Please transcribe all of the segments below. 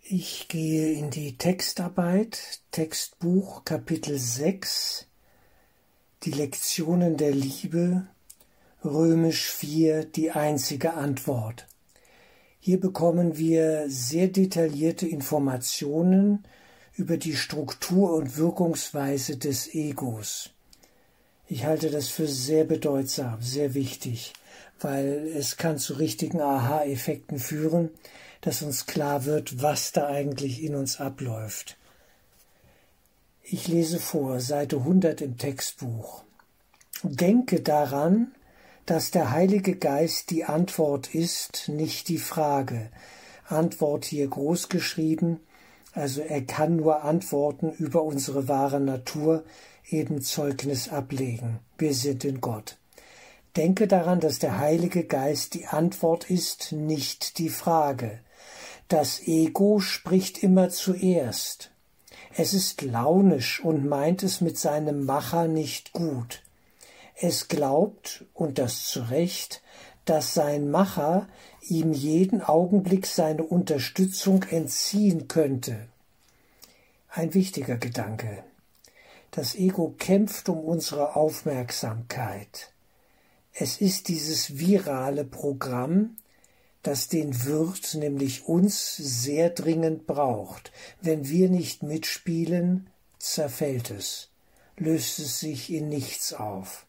Ich gehe in die Textarbeit, Textbuch, Kapitel 6, die Lektionen der Liebe, Römisch 4, die einzige Antwort. Hier bekommen wir sehr detaillierte Informationen über die Struktur und Wirkungsweise des Egos. Ich halte das für sehr bedeutsam, sehr wichtig, weil es kann zu richtigen Aha-Effekten führen, dass uns klar wird, was da eigentlich in uns abläuft. Ich lese vor, Seite 100 im Textbuch. Denke daran, dass der Heilige Geist die Antwort ist, nicht die Frage. Antwort hier groß geschrieben, also er kann nur Antworten über unsere wahre Natur, eben Zeugnis ablegen. Wir sind in Gott. Denke daran, dass der Heilige Geist die Antwort ist, nicht die Frage. Das Ego spricht immer zuerst. Es ist launisch und meint es mit seinem Macher nicht gut. Es glaubt, und das zu Recht, dass sein Macher ihm jeden Augenblick seine Unterstützung entziehen könnte. Ein wichtiger Gedanke. Das Ego kämpft um unsere Aufmerksamkeit. Es ist dieses virale Programm, das den Wirt, nämlich uns, sehr dringend braucht. Wenn wir nicht mitspielen, zerfällt es, löst es sich in nichts auf.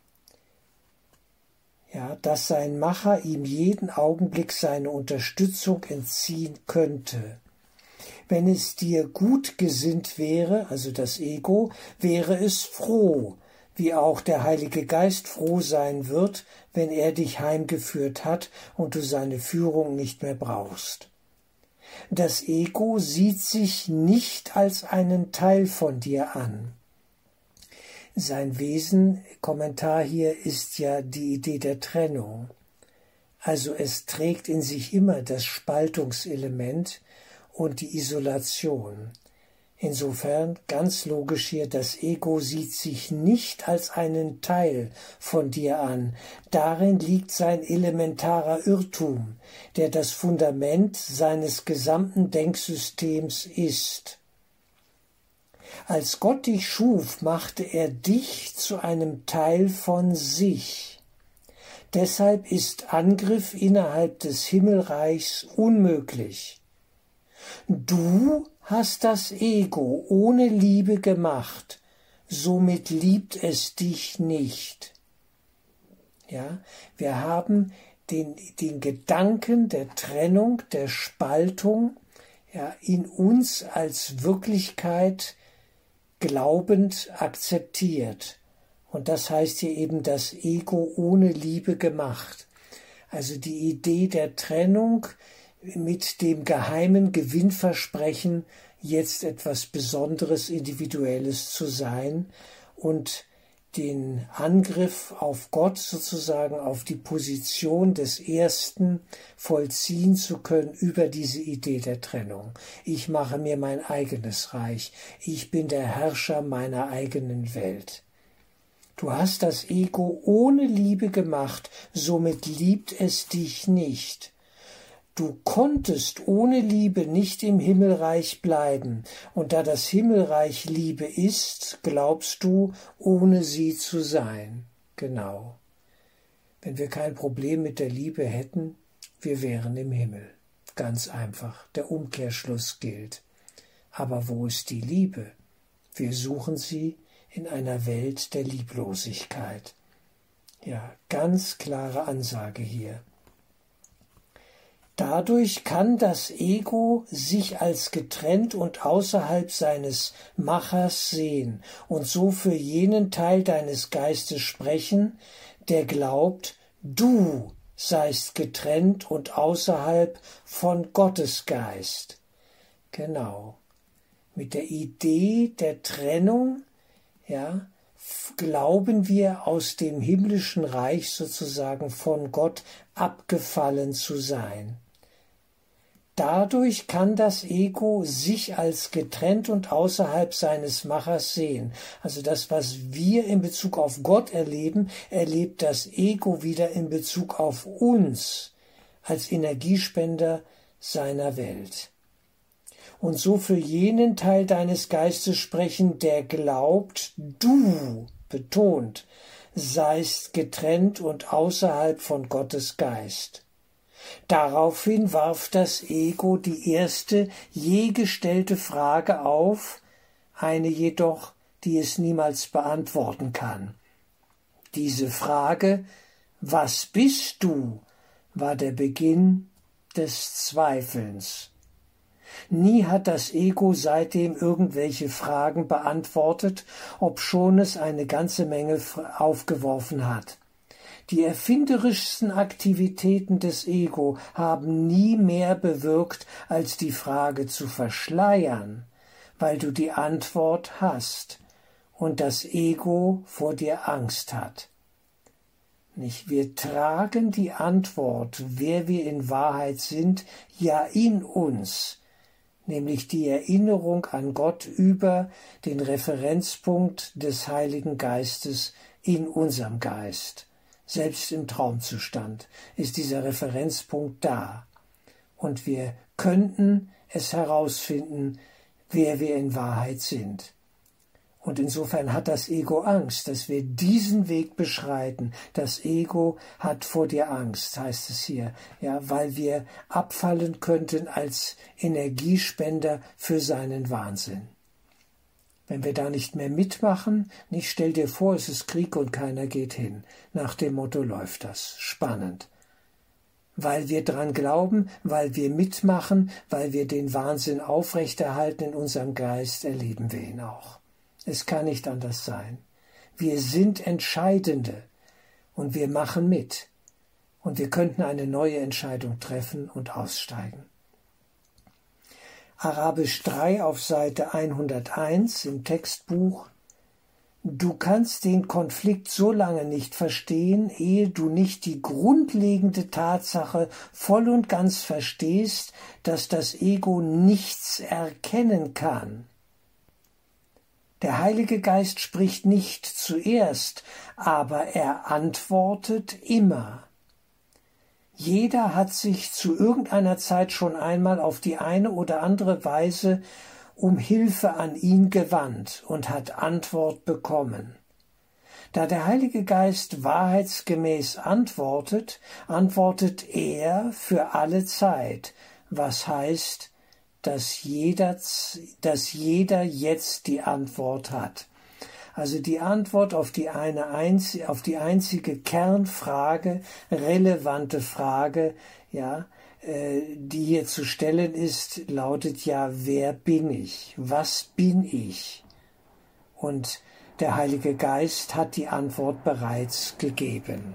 Ja, dass sein Macher ihm jeden Augenblick seine Unterstützung entziehen könnte. Wenn es dir gut gesinnt wäre, also das Ego, wäre es froh, wie auch der Heilige Geist froh sein wird, wenn er dich heimgeführt hat und du seine Führung nicht mehr brauchst. Das Ego sieht sich nicht als einen Teil von dir an. Sein Wesen, Kommentar hier, ist ja die Idee der Trennung. Also es trägt in sich immer das Spaltungselement und die Isolation. Insofern ganz logisch hier, das Ego sieht sich nicht als einen Teil von dir an. Darin liegt sein elementarer Irrtum, der das Fundament seines gesamten Denksystems ist. Als Gott dich schuf, machte er dich zu einem Teil von sich. Deshalb ist Angriff innerhalb des Himmelreichs unmöglich. Du hast das Ego ohne Liebe gemacht, somit liebt es dich nicht. Ja, wir haben den Gedanken der Trennung, der Spaltung, ja, in uns als Wirklichkeit glaubend akzeptiert. Und das heißt hier eben das Ego ohne Liebe gemacht. Also die Idee der Trennung mit dem geheimen Gewinnversprechen, jetzt etwas Besonderes, Individuelles zu sein und den Angriff auf Gott sozusagen, auf die Position des Ersten vollziehen zu können über diese Idee der Trennung. Ich mache mir mein eigenes Reich. Ich bin der Herrscher meiner eigenen Welt. Du hast das Ego ohne Liebe gemacht, somit liebt es dich nicht. Du konntest ohne Liebe nicht im Himmelreich bleiben, und da das Himmelreich Liebe ist, glaubst du, ohne sie zu sein. Genau. Wenn wir kein Problem mit der Liebe hätten, wir wären im Himmel. Ganz einfach. Der Umkehrschluss gilt. Aber wo ist die Liebe? Wir suchen sie in einer Welt der Lieblosigkeit. Ja, ganz klare Ansage hier. Dadurch kann das Ego sich als getrennt und außerhalb seines Machers sehen und so für jenen Teil deines Geistes sprechen, der glaubt, du seist getrennt und außerhalb von Gottes Geist. Genau. Mit der Idee der Trennung, ja, glauben wir aus dem himmlischen Reich sozusagen von Gott abgefallen zu sein. Dadurch kann das Ego sich als getrennt und außerhalb seines Machers sehen. Also das, was wir in Bezug auf Gott erleben, erlebt das Ego wieder in Bezug auf uns als Energiespender seiner Welt. und so für jenen Teil deines Geistes sprechen, der glaubt, du, betont, seist getrennt und außerhalb von Gottes Geist. Daraufhin warf das Ego die erste je gestellte Frage auf, eine jedoch, die es niemals beantworten kann. Diese Frage, was bist du, war der Beginn des Zweifelns. Nie hat das Ego seitdem irgendwelche Fragen beantwortet, obschon es eine ganze Menge aufgeworfen hat. Die erfinderischsten Aktivitäten des Ego haben nie mehr bewirkt, als die Frage zu verschleiern, weil du die Antwort hast und das Ego vor dir Angst hat. Nicht? Wir tragen die Antwort, wer wir in Wahrheit sind, ja in uns, nämlich die Erinnerung an Gott über den Referenzpunkt des Heiligen Geistes in unserem Geist. Selbst im Traumzustand ist dieser Referenzpunkt da. Und wir könnten es herausfinden, wer wir in Wahrheit sind. Und insofern hat das Ego Angst, dass wir diesen Weg beschreiten. Das Ego hat vor dir Angst, heißt es hier, ja, weil wir abfallen könnten als Energiespender für seinen Wahnsinn. Wenn wir da nicht mehr mitmachen, nicht stell dir vor, es ist Krieg und keiner geht hin. Nach dem Motto läuft das. Spannend. Weil wir dran glauben, weil wir mitmachen, weil wir den Wahnsinn aufrechterhalten in unserem Geist, erleben wir ihn auch. Es kann nicht anders sein. Wir sind Entscheidende und wir machen mit. Und wir könnten eine neue Entscheidung treffen und aussteigen. Arabisch 3 auf Seite 101 im Textbuch. Du kannst den Konflikt so lange nicht verstehen, ehe du nicht die grundlegende Tatsache voll und ganz verstehst, dass das Ego nichts erkennen kann. Der Heilige Geist spricht nicht zuerst, aber er antwortet immer. Jeder hat sich zu irgendeiner Zeit schon einmal auf die eine oder andere Weise um Hilfe an ihn gewandt und hat Antwort bekommen. Da der Heilige Geist wahrheitsgemäß antwortet, antwortet er für alle Zeit, was heißt, dass jeder jetzt die Antwort hat. Also die Antwort auf die einzige Kernfrage, relevante Frage, ja, die hier zu stellen ist, lautet ja, wer bin ich? Was bin ich? Und der Heilige Geist hat die Antwort bereits gegeben.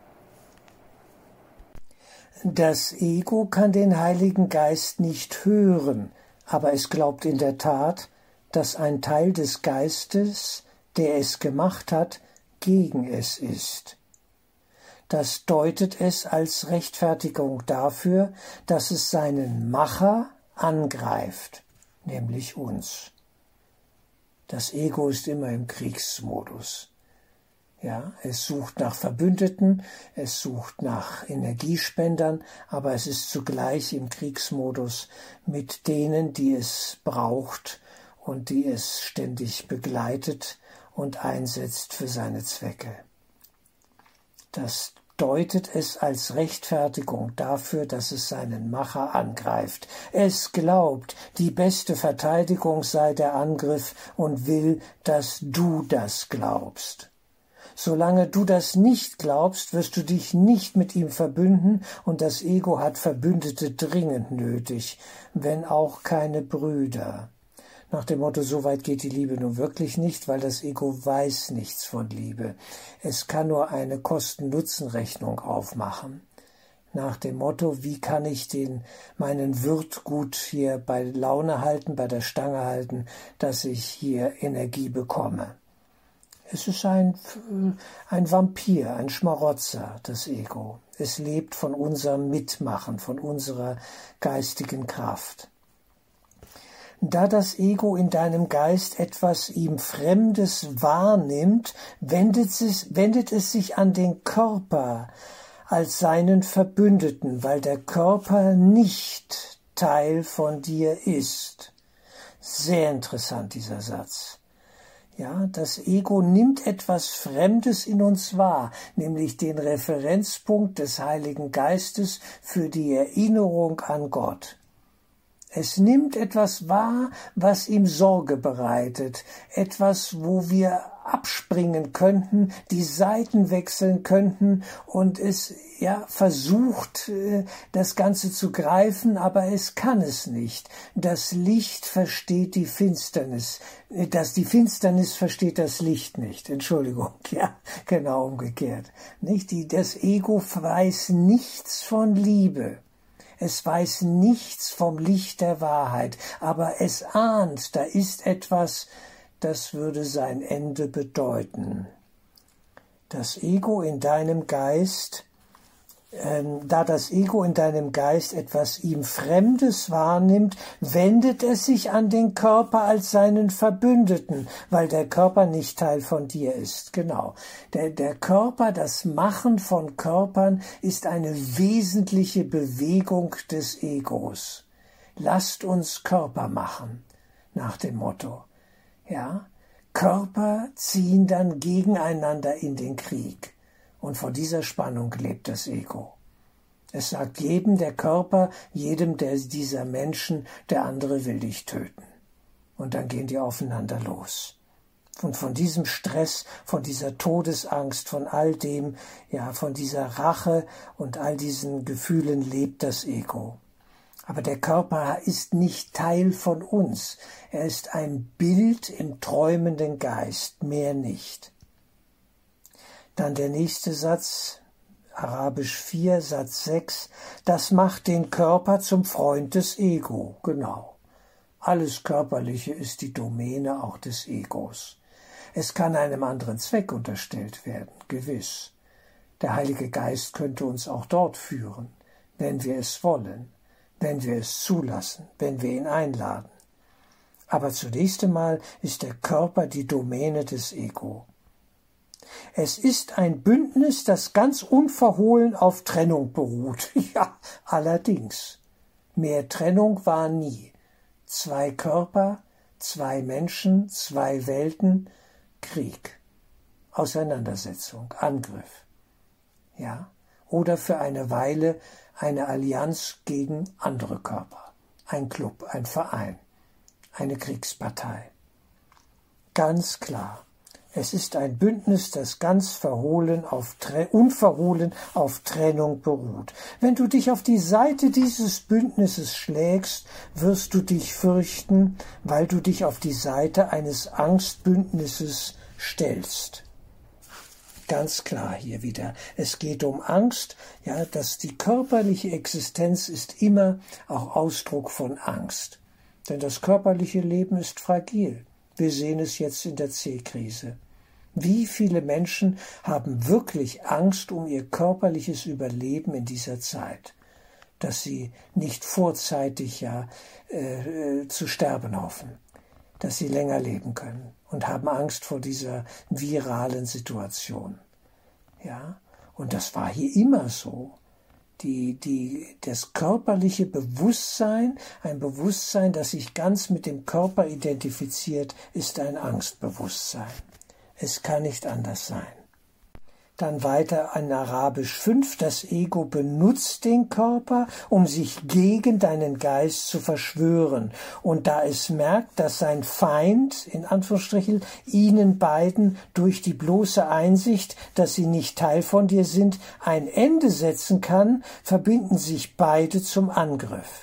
Das Ego kann den Heiligen Geist nicht hören, aber es glaubt in der Tat, dass ein Teil des Geistes, der es gemacht hat, gegen es ist. Das deutet es als Rechtfertigung dafür, dass es seinen Macher angreift, nämlich uns. Das Ego ist immer im Kriegsmodus. Ja, es sucht nach Verbündeten, es sucht nach Energiespendern, aber es ist zugleich im Kriegsmodus mit denen, die es braucht und die es ständig begleitet und einsetzt für seine Zwecke. Das deutet es als Rechtfertigung dafür, dass es seinen Macher angreift. Es glaubt, die beste Verteidigung sei der Angriff und will, dass du das glaubst. Solange du das nicht glaubst, wirst du dich nicht mit ihm verbünden, und das Ego hat Verbündete dringend nötig, wenn auch keine Brüder. Nach dem Motto, so weit geht die Liebe nun wirklich nicht, weil das Ego weiß nichts von Liebe. Es kann nur eine Kosten-Nutzen-Rechnung aufmachen. Nach dem Motto, wie kann ich meinen Wirt gut hier bei Laune halten, bei der Stange halten, dass ich hier Energie bekomme. Es ist ein Vampir, ein Schmarotzer, das Ego. Es lebt von unserem Mitmachen, von unserer geistigen Kraft. Da das Ego in deinem Geist etwas ihm Fremdes wahrnimmt, wendet es sich an den Körper als seinen Verbündeten, weil der Körper nicht Teil von dir ist. Sehr interessant, dieser Satz. Ja, das Ego nimmt etwas Fremdes in uns wahr, nämlich den Referenzpunkt des Heiligen Geistes für die Erinnerung an Gott. Es nimmt etwas wahr, was ihm Sorge bereitet, etwas, wo wir abspringen könnten, die Seiten wechseln könnten und es versucht, das Ganze zu greifen, aber es kann es nicht. Das Licht versteht die Finsternis, die Finsternis versteht das Licht nicht. Entschuldigung, ja, genau umgekehrt. Nicht? Das Ego weiß nichts von Liebe. Es weiß nichts vom Licht der Wahrheit, aber es ahnt, da ist etwas, das würde sein Ende bedeuten. Das Ego in deinem Geist, da das Ego in deinem Geist etwas ihm Fremdes wahrnimmt, wendet es sich an den Körper als seinen Verbündeten, weil der Körper nicht Teil von dir ist. Genau. Der Körper, das Machen von Körpern ist eine wesentliche Bewegung des Egos. Lasst uns Körper machen, nach dem Motto. Ja, Körper ziehen dann gegeneinander in den Krieg. Und vor dieser Spannung lebt das Ego. Es sagt jedem der Körper, jedem dieser Menschen, der andere will dich töten. Und dann gehen die aufeinander los. Und von diesem Stress, von dieser Todesangst, von all dem, von dieser Rache und all diesen Gefühlen lebt das Ego. Aber der Körper ist nicht Teil von uns. Er ist ein Bild im träumenden Geist, mehr nicht. Dann der nächste Satz, Arabisch 4, Satz 6, das macht den Körper zum Freund des Ego. Genau. Alles Körperliche ist die Domäne auch des Egos. Es kann einem anderen Zweck unterstellt werden, gewiss. Der Heilige Geist könnte uns auch dort führen, wenn wir es wollen, wenn wir es zulassen, wenn wir ihn einladen. Aber zunächst einmal ist der Körper die Domäne des Ego. Es ist ein Bündnis, das ganz unverhohlen auf Trennung beruht. Ja, allerdings. Mehr Trennung war nie. 2 Körper, 2 Menschen, 2 Welten, Krieg, Auseinandersetzung, Angriff. Ja, oder für eine Weile eine Allianz gegen andere Körper. Ein Club, ein Verein, eine Kriegspartei. Ganz klar. Es ist ein Bündnis, das ganz unverhohlen auf Trennung beruht. Wenn du dich auf die Seite dieses Bündnisses schlägst, wirst du dich fürchten, weil du dich auf die Seite eines Angstbündnisses stellst. Ganz klar hier wieder. Es geht um Angst, dass die körperliche Existenz ist immer auch Ausdruck von Angst. Denn das körperliche Leben ist fragil. Wir sehen es jetzt in der C-Krise. Wie viele Menschen haben wirklich Angst um ihr körperliches Überleben in dieser Zeit, dass sie nicht vorzeitig zu sterben hoffen, dass sie länger leben können und haben Angst vor dieser viralen Situation. Ja, und das war hier immer so. Das körperliche Bewusstsein, ein Bewusstsein, das sich ganz mit dem Körper identifiziert, ist ein Angstbewusstsein. Es kann nicht anders sein. Dann weiter in Arabisch 5, das Ego benutzt den Körper, um sich gegen deinen Geist zu verschwören. Und da es merkt, dass sein Feind, in Anführungsstrichen, ihnen beiden durch die bloße Einsicht, dass sie nicht Teil von dir sind, ein Ende setzen kann, verbinden sich beide zum Angriff.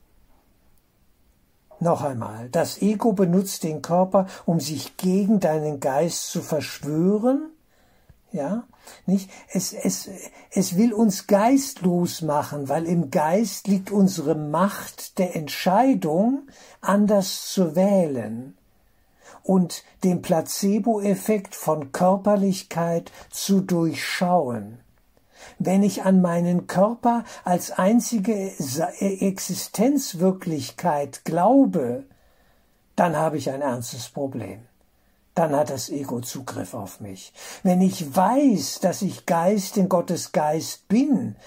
Noch einmal, das Ego benutzt den Körper, um sich gegen deinen Geist zu verschwören. Ja, nicht? Es will uns geistlos machen, weil im Geist liegt unsere Macht der Entscheidung, anders zu wählen und den Placebo-Effekt von Körperlichkeit zu durchschauen. Wenn ich an meinen Körper als einzige Existenzwirklichkeit glaube, dann habe ich ein ernstes Problem. Dann hat das Ego Zugriff auf mich. Wenn ich weiß, dass ich Geist in Gottes Geist bin,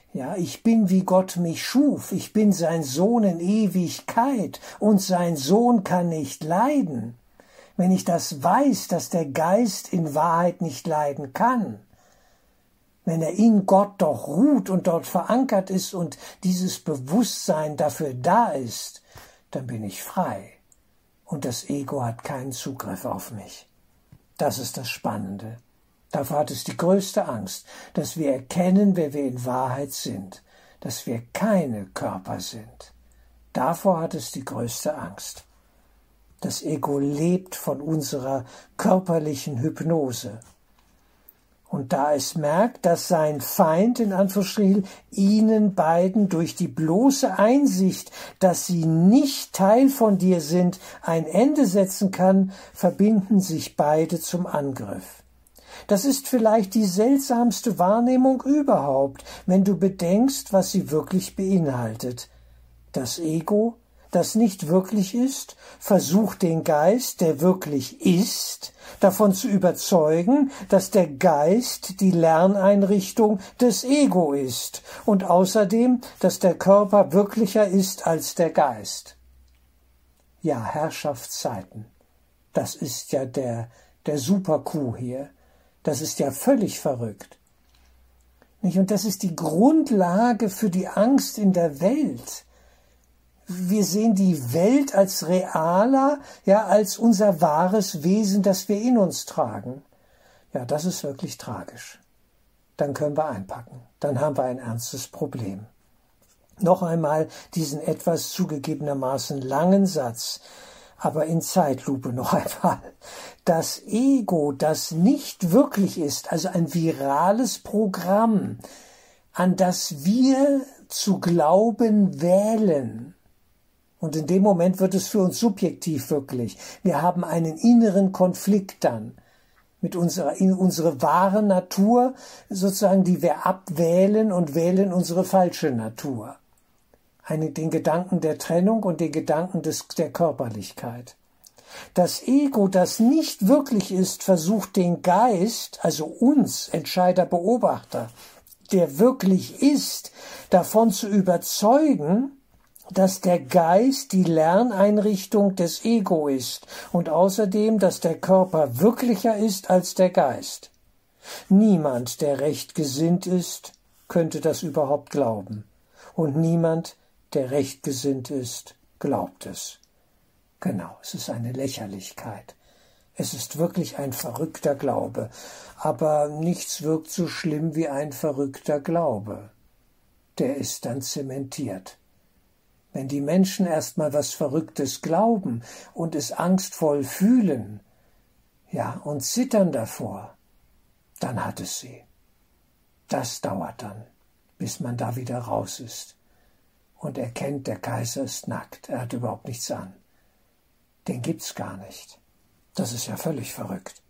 Ja, ich bin, wie Gott mich schuf. Ich bin sein Sohn in Ewigkeit und sein Sohn kann nicht leiden. Wenn ich das weiß, dass der Geist in Wahrheit nicht leiden kann, wenn er in Gott doch ruht und dort verankert ist und dieses Bewusstsein dafür da ist, dann bin ich frei. Und das Ego hat keinen Zugriff auf mich. Das ist das Spannende. Davor hat es die größte Angst, dass wir erkennen, wer wir in Wahrheit sind, dass wir keine Körper sind. Davor hat es die größte Angst. Das Ego lebt von unserer körperlichen Hypnose. Und da es merkt, dass sein Feind, in Anführungsstrichen, ihnen beiden durch die bloße Einsicht, dass sie nicht Teil von dir sind, ein Ende setzen kann, verbinden sich beide zum Angriff. Das ist vielleicht die seltsamste Wahrnehmung überhaupt, wenn du bedenkst, was sie wirklich beinhaltet. Das Ego, das nicht wirklich ist, versucht den Geist, der wirklich ist, davon zu überzeugen, dass der Geist die Lerneinrichtung des Ego ist und außerdem, dass der Körper wirklicher ist als der Geist. Ja, Herrschaftszeiten. Das ist ja der Super-Coup hier. Das ist ja völlig verrückt. Und das ist die Grundlage für die Angst in der Welt. Wir sehen die Welt als realer, ja, als unser wahres Wesen, das wir in uns tragen. Ja, das ist wirklich tragisch. Dann können wir einpacken. Dann haben wir ein ernstes Problem. Noch einmal diesen etwas zugegebenermaßen langen Satz, aber in Zeitlupe noch einmal. Das Ego, das nicht wirklich ist, also ein virales Programm, an das wir zu glauben wählen. Und in dem Moment wird es für uns subjektiv wirklich. Wir haben einen inneren Konflikt dann mit unsere wahre Natur, sozusagen, die wir abwählen und wählen unsere falsche Natur. Den Gedanken der Trennung und den Gedanken der Körperlichkeit. Das Ego, das nicht wirklich ist, versucht den Geist, also uns, Entscheider, Beobachter, der wirklich ist, davon zu überzeugen, dass der Geist die Lerneinrichtung des Ego ist und außerdem, dass der Körper wirklicher ist als der Geist. Niemand, der recht gesinnt ist, könnte das überhaupt glauben. Und niemand, der recht gesinnt ist, glaubt es. Genau, es ist eine Lächerlichkeit. Es ist wirklich ein verrückter Glaube, aber nichts wirkt so schlimm wie ein verrückter Glaube. Der ist dann zementiert. Wenn die Menschen erstmal was Verrücktes glauben und es angstvoll fühlen, ja, und zittern davor, dann hat es sie. Das dauert dann, bis man da wieder raus ist und erkennt, der Kaiser ist nackt, er hat überhaupt nichts an. Den gibt's gar nicht. Das ist ja völlig verrückt.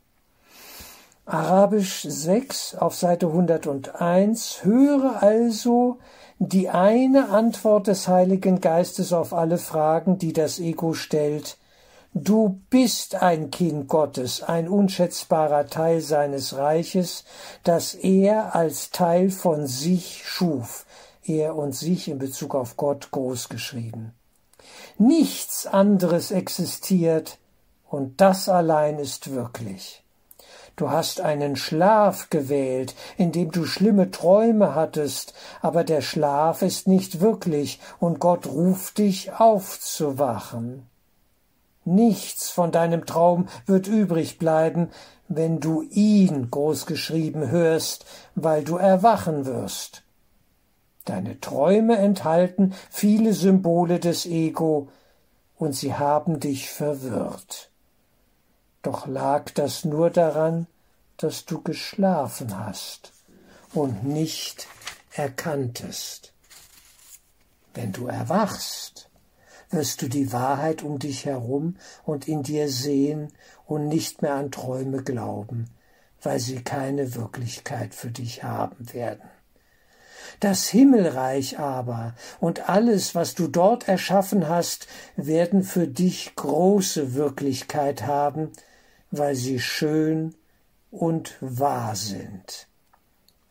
Arabisch 6 auf Seite 101. Höre also die eine Antwort des Heiligen Geistes auf alle Fragen, die das Ego stellt. Du bist ein Kind Gottes, ein unschätzbarer Teil seines Reiches, das er als Teil von sich schuf. Er und sich in Bezug auf Gott groß geschrieben. Nichts anderes existiert, und das allein ist wirklich. Du hast einen Schlaf gewählt, in dem du schlimme Träume hattest, aber der Schlaf ist nicht wirklich, und Gott ruft dich aufzuwachen. Nichts von deinem Traum wird übrig bleiben, wenn du ihn großgeschrieben hörst, weil du erwachen wirst. Deine Träume enthalten viele Symbole des Ego, und sie haben dich verwirrt. Doch lag das nur daran, dass du geschlafen hast und nicht erkanntest. Wenn du erwachst, wirst du die Wahrheit um dich herum und in dir sehen und nicht mehr an Träume glauben, weil sie keine Wirklichkeit für dich haben werden. Das Himmelreich aber und alles, was du dort erschaffen hast, werden für dich große Wirklichkeit haben, weil sie schön und wahr sind.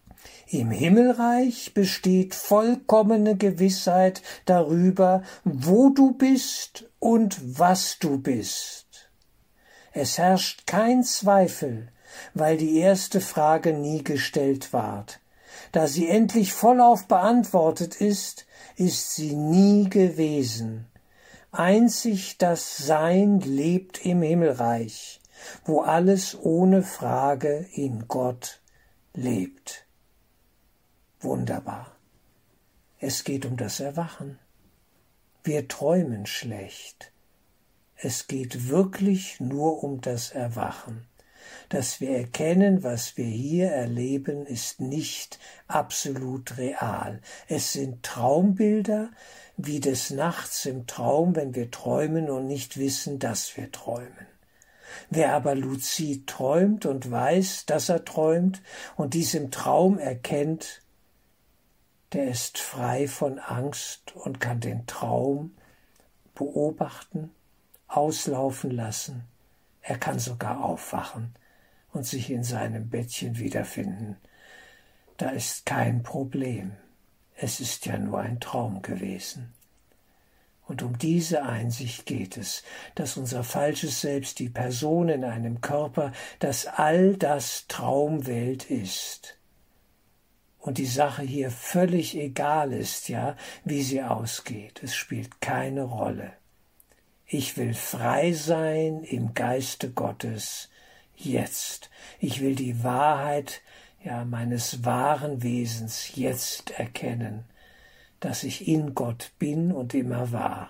Im Himmelreich besteht vollkommene Gewissheit darüber, wo du bist und was du bist. Es herrscht kein Zweifel, weil die erste Frage nie gestellt ward. Da sie endlich vollauf beantwortet ist, ist sie nie gewesen. Einzig das Sein lebt im Himmelreich, wo alles ohne Frage in Gott lebt. Wunderbar. Es geht um das Erwachen. Wir träumen schlecht. Es geht wirklich nur um das Erwachen. Dass wir erkennen, was wir hier erleben, ist nicht absolut real. Es sind Traumbilder, wie des Nachts im Traum, wenn wir träumen und nicht wissen, dass wir träumen. Wer aber luzid träumt und weiß, dass er träumt und dies im Traum erkennt, der ist frei von Angst und kann den Traum beobachten, auslaufen lassen. Er kann sogar aufwachen und sich in seinem Bettchen wiederfinden. Da ist kein Problem. Es ist ja nur ein Traum gewesen. Und um diese Einsicht geht es, dass unser falsches Selbst, die Person in einem Körper, dass all das Traumwelt ist. Und die Sache hier völlig egal ist, ja, wie sie ausgeht. Es spielt keine Rolle. Ich will frei sein im Geiste Gottes jetzt. Ich will die Wahrheit, ja, meines wahren Wesens jetzt erkennen, dass ich in Gott bin und immer war.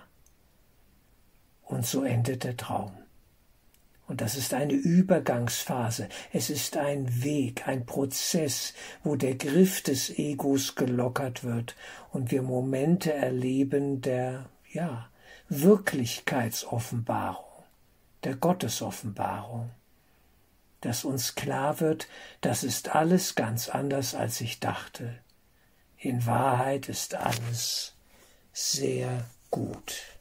Und so endet der Traum. Und das ist eine Übergangsphase. Es ist ein Weg, ein Prozess, wo der Griff des Egos gelockert wird und wir Momente erleben der, ja, Wirklichkeitsoffenbarung, der Gottesoffenbarung, dass uns klar wird, das ist alles ganz anders, als ich dachte. In Wahrheit ist alles sehr gut.